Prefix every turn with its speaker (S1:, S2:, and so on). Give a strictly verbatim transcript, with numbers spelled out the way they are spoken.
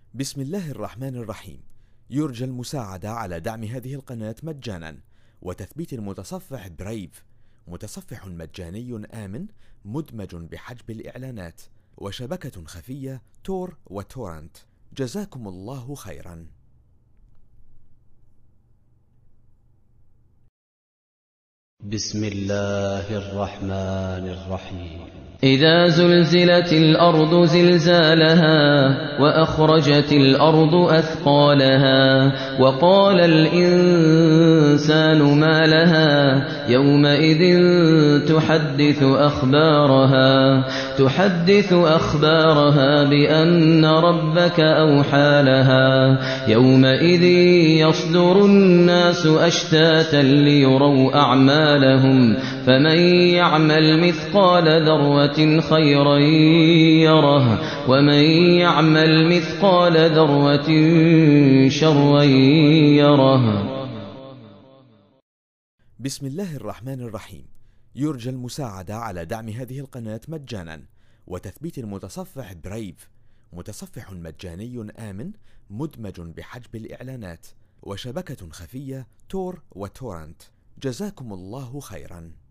S1: بسم الله الرحمن الرحيم. يرجى المساعدة على دعم هذه القناة مجانا وتثبيت المتصفح برايف، متصفح مجاني آمن مدمج بحجب الإعلانات وشبكة خفية تور وتورنت. جزاكم الله خيرا.
S2: بسم الله الرحمن الرحيم.
S3: إذا زلزلت الأرض زلزالها وأخرجت الأرض أثقالها وقال الإنسان ما لها يومئذ تحدث أخبارها تحدث أخبارها بأن ربك أوحى لها يومئذ يصدر الناس أشتاتا ليروا أعمالهم فمن يعمل مثقال ذرة خيرا يره ومن يعمل مثقال ذرة شرا يره.
S1: بسم الله الرحمن الرحيم. يرجى المساعدة على دعم هذه القناة مجانا وتثبيت المتصفح برايف، متصفح مجاني آمن مدمج بحجب الإعلانات وشبكة خفية تور وتورنت. جزاكم الله خيرا.